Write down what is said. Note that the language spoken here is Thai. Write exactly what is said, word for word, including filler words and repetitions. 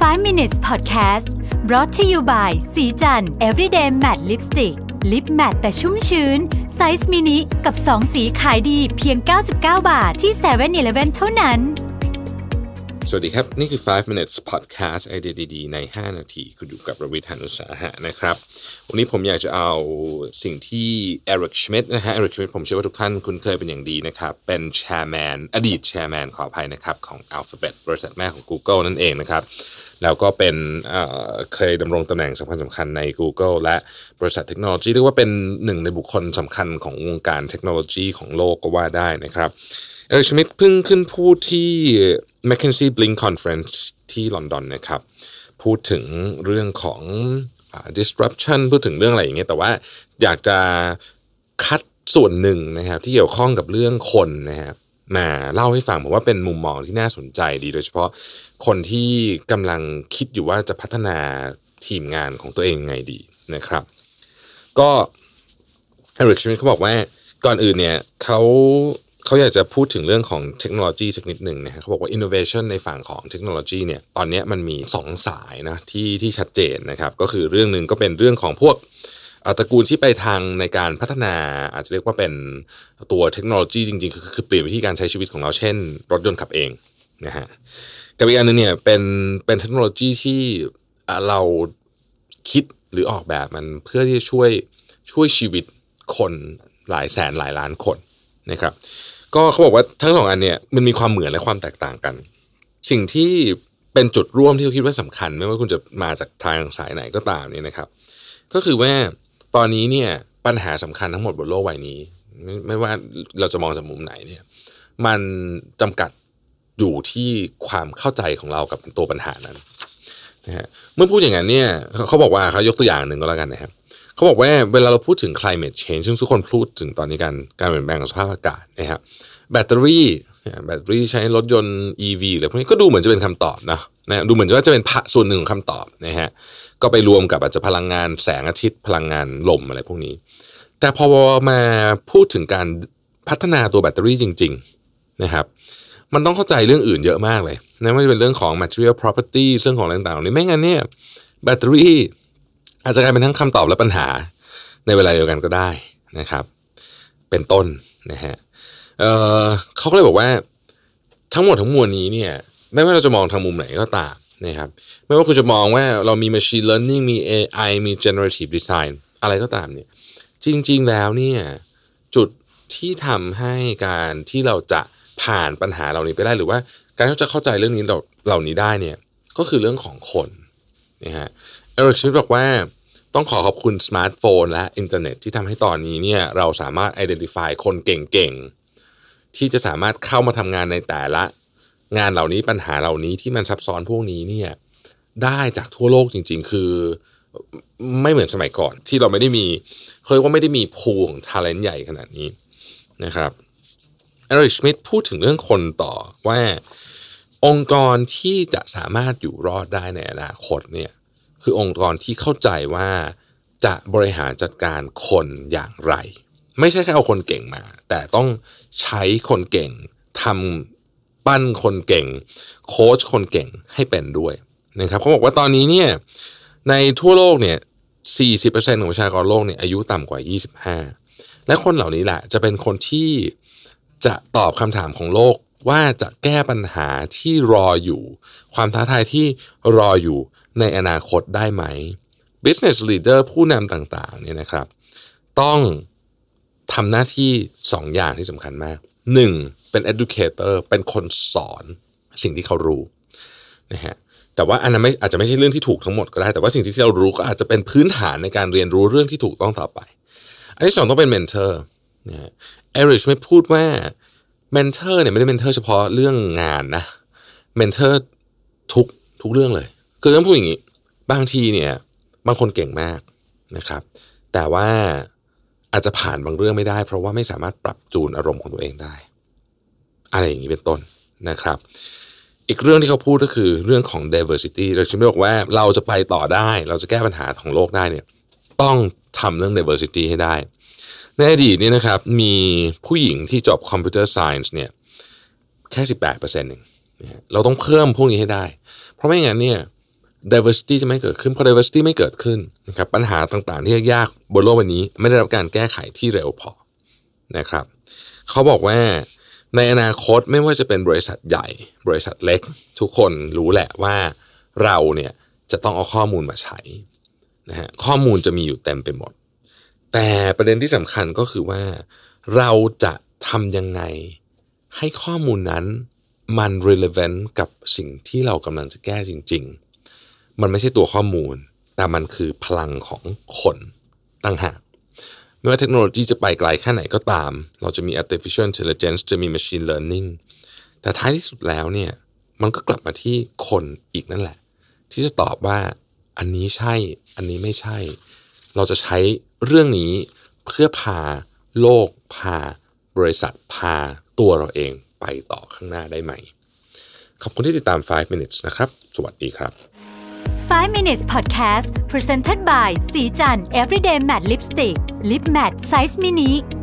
five minutes podcast brought to you by สีจัน everyday matte lipstick lip matte แต่ชุ่มชื้นไซส์มินิกับสองสีขายดีเพียงเก้าสิบเก้าบาทที่ เซเว่น อีเลฟเว่น เท่านั้นสวัสดีครับนี่คือfive minutes podcast ไอเดียดีๆในห้านาทีคุณอยู่กับรวิทย์ หาญอุตสาหะนะครับวันนี้ผมอยากจะเอาสิ่งที่ Eric Schmidt นะฮะ Eric Schmidt ผมเชื่อว่าทุกท่านคุ้นเคยเป็นอย่างดีนะครับเป็น chairman อดีต chairman ขออภัยนะครับของ Alphabet บริษัทแม่ของ Google นั่นเองนะครับแล้วก็เป็นเอ่อเคยดำรงตำแหน่งสำคัญสำคัญใน Google และบริษัทเทคโนโลยีเรียกว่าเป็นหนึ่งในบุคคลสำคัญของวงการเทคโนโลยีของโลกก็ว่าได้นะครับเอริก ชมิดเพิ่งขึ้นพูดที่ McKinsey Blink Conference ที่ลอนดอนนะครับพูดถึงเรื่องของ disruption พูดถึงเรื่องอะไรอย่างเงี้ยแต่ว่าอยากจะคัดส่วนหนึ่งนะครับที่เกี่ยวข้องกับเรื่องคนนะครับมาเล่าให้ฟังผมว่าเป็นมุมมองที่น่าสนใจดีโดยเฉพาะคนที่กำลังคิดอยู่ว่าจะพัฒนาทีมงานของตัวเองไงดีนะครับก็เอริก ชมิดเขาบอกว่าก่อนอื่นเนี่ยเขาเขาอยากจะพูดถึงเรื่องของเทคโนโลยีสักนิดหนึ่งนะเขาบอกว่า innovation ในฝั่งของเทคโนโลยีเนี่ยตอนนี้มันมีสองสายนะที่ที่ชัดเจนนะครับก็คือเรื่องนึงก็เป็นเรื่องของพวกตระกูลที่ไปทางในการพัฒนาอาจจะเรียกว่าเป็นตัวเทคโนโลยีจริงๆคือคือเปลี่ยนวิธีการใช้ชีวิตของเราเช่นรถยนต์ขับเองนะฮะกับอีกอันนึงเนี่ยเป็นเป็นเทคโนโลยีที่เราคิดหรือออกแบบมันเพื่อที่จะช่วยช่วยชีวิตคนหลายแสนหลายล้านคนนะครับก็เขาบอกว่าทั้งสองอันเนี่ยมันมีความเหมือนและความแตกต่างกันสิ่งที่เป็นจุดร่วมที่เขาคิดว่าสำคัญไม่ว่าคุณจะมาจากทางสายไหนก็ตามเนี่ยนะครับก็คือว่าตอนนี้เนี่ยปัญหาสำคัญทั้งหมดบนโลกใบนี้ไม่ไม่ว่าเราจะมองจากมุมไหนเนี่ยมันจำกัดอยู่ที่ความเข้าใจของเรากับตัวปัญหานั้นนะฮะเมื่อพูดอย่างนั้นเนี่ยเขาบอกว่าเขายกตัวอย่างหนึ่งก็แล้วกันนะครับเขาบอกว่าเวลาเราพูดถึง climate change ซึ่งทุกคนพูดถึงตอนนี้การการเปลี่ยนแปลงของสภาพอากาศนะครับแบตเตอรี่แบตเตอรี่ใช้รถยนต์ อี วี หรือพวกนี้ก็ดูเหมือนจะเป็นคำตอบนะนะดูเหมือนว่าจะเป็นส่วนหนึ่งของคำตอบนะฮะก็ไปรวมกับอาจจะพลังงานแสงอาทิตย์พลังงานลมอะไรพวกนี้แต่พอมาพูดถึงการพัฒนาตัวแบตเตอรี่จริงๆนะครับมันต้องเข้าใจเรื่องอื่นเยอะมากเลยนะไม่ว่าจะเป็นเรื่องของ material property เรื่องของอะไรต่างๆนี่ไม่งั้นเนี่ยแบตเตอรี่อาจจะกลายเป็นทั้งคำตอบและปัญหาในเวลาเดียวกันก็ได้นะครับเป็นต้นนะฮะ เอ่อเขาก็เลยบอกว่าทั้งหมดทั้งมวลนี้เนี่ยไม่ว่าเราจะมองทางมุมไหนก็ตามนะครับไม่ว่าคุณจะมองว่าเรามี machine learning มี เอ ไอ มี generative design อะไรก็ตามเนี่ยจริงๆแล้วเนี่ยจุดที่ทำให้การที่เราจะผ่านปัญหาเหล่านี้ไปได้หรือว่าการที่เราจะเข้าใจเรื่องนี้เหล่านี้ได้เนี่ยก็คือเรื่องของคนนะฮะเอริก ชมิดบอกว่าต้องขอขอบคุณสมาร์ทโฟนและอินเทอร์เน็ตที่ทำให้ตอนนี้เนี่ยเราสามารถ identify คนเก่งๆที่จะสามารถเข้ามาทำงานในแต่ละงานเหล่านี้ปัญหาเหล่านี้ที่มันซับซ้อนพวกนี้เนี่ยได้จากทั่วโลกจริงๆคือไม่เหมือนสมัยก่อนที่เราไม่ได้มีเขาเรียกว่าไม่ได้มีพูลของ talent ใหญ่ขนาดนี้นะครับเอริก ชมิดพูดถึงเรื่องคนต่อว่าองค์กรที่จะสามารถอยู่รอดได้ในอนาคตเนี่ยคือองค์กรที่เข้าใจว่าจะบริหารจัดการคนอย่างไรไม่ใช่แค่เอาคนเก่งมาแต่ต้องใช้คนเก่งทำปั้นคนเก่งโค้ชคนเก่งให้เป็นด้วยนะครับเขาบอกว่าตอนนี้เนี่ยในทั่วโลกเนี่ย สี่สิบเปอร์เซ็นต์ ของประชากรโลกเนี่ยอายุต่ำกว่ายี่สิบห้าและคนเหล่านี้แหละจะเป็นคนที่จะตอบคำถามของโลกว่าจะแก้ปัญหาที่รออยู่ความท้าทายที่รออยู่ในอนาคตได้ไหม business leader ผู้นำต่างๆเนี่ยนะครับต้องทำหน้าที่สองอย่างที่สำคัญมากหนึ่งเป็น educator เป็นคนสอนสิ่งที่เขารู้นะฮะแต่ว่าอันนั้นไม่อาจจะไม่ใช่เรื่องที่ถูกทั้งหมดก็ได้แต่ว่าสิ่งที่เรารู้ก็อาจจะเป็นพื้นฐานในการเรียนรู้เรื่องที่ถูกต้องต่อไปอันที่สองต้องเป็น mentor นะฮะเอริก ไม่พูดว่า mentor เนี่ยไม่ได้ mentor เฉพาะเรื่องงานนะ mentor ทุกทุกเรื่องเลยคือต้องพูดอย่างนี้บางทีเนี่ยบางคนเก่งมากนะครับแต่ว่าอาจจะผ่านบางเรื่องไม่ได้เพราะว่าไม่สามารถปรับจูนอารมณ์ของตัวเองได้อะไรอย่างนี้เป็นต้นนะครับอีกเรื่องที่เขาพูดก็คือเรื่องของ diversity เราจะไม่บอกว่าเราจะไปต่อได้เราจะแก้ปัญหาของโลกได้เนี่ยต้องทำเรื่อง diversity ให้ได้ในอดีตนี่นะครับมีผู้หญิงที่จบ computer science เนี่ยแค่ สิบแปดเปอร์เซ็นต์ เองเราต้องเพิ่มพวกนี้ให้ได้เพราะไม่อย่างนั้นเนี่ย diversity จะไม่เกิดขึ้นพอ diversity ไม่เกิดขึ้นนะครับปัญหาต่างๆที่ยากๆบนโลกใบนี้ไม่ได้รับการแก้ไขที่เร็วพอนะครับเขาบอกว่าในอนาคตไม่ว่าจะเป็นบริษัทใหญ่บริษัทเล็กทุกคนรู้แหละว่าเราเนี่ยจะต้องเอาข้อมูลมาใช้นะฮะข้อมูลจะมีอยู่เต็มไปหมดแต่ประเด็นที่สำคัญก็คือว่าเราจะทำยังไงให้ข้อมูลนั้นมัน relevant กับสิ่งที่เรากำลังจะแก้จริงๆมันไม่ใช่ตัวข้อมูลแต่มันคือพลังของคนต่างหากไม่ว่าเทคโนโลยีจะไปไกลแค่ไหนก็ตามเราจะมี artificial intelligence จะมี machine learning แต่ท้ายที่สุดแล้วเนี่ยมันก็กลับมาที่คนอีกนั่นแหละที่จะตอบว่าอันนี้ใช่อันนี้ไม่ใช่เราจะใช้เรื่องนี้เพื่อพาโลกพาบริษัทพาตัวเราเองไปต่อข้างหน้าได้ไหมขอบคุณที่ติดตามไฟว์ minutes นะครับสวัสดีครับไฟว์ minutes podcast presented by สีจัน everyday matte lipstick lip matte size mini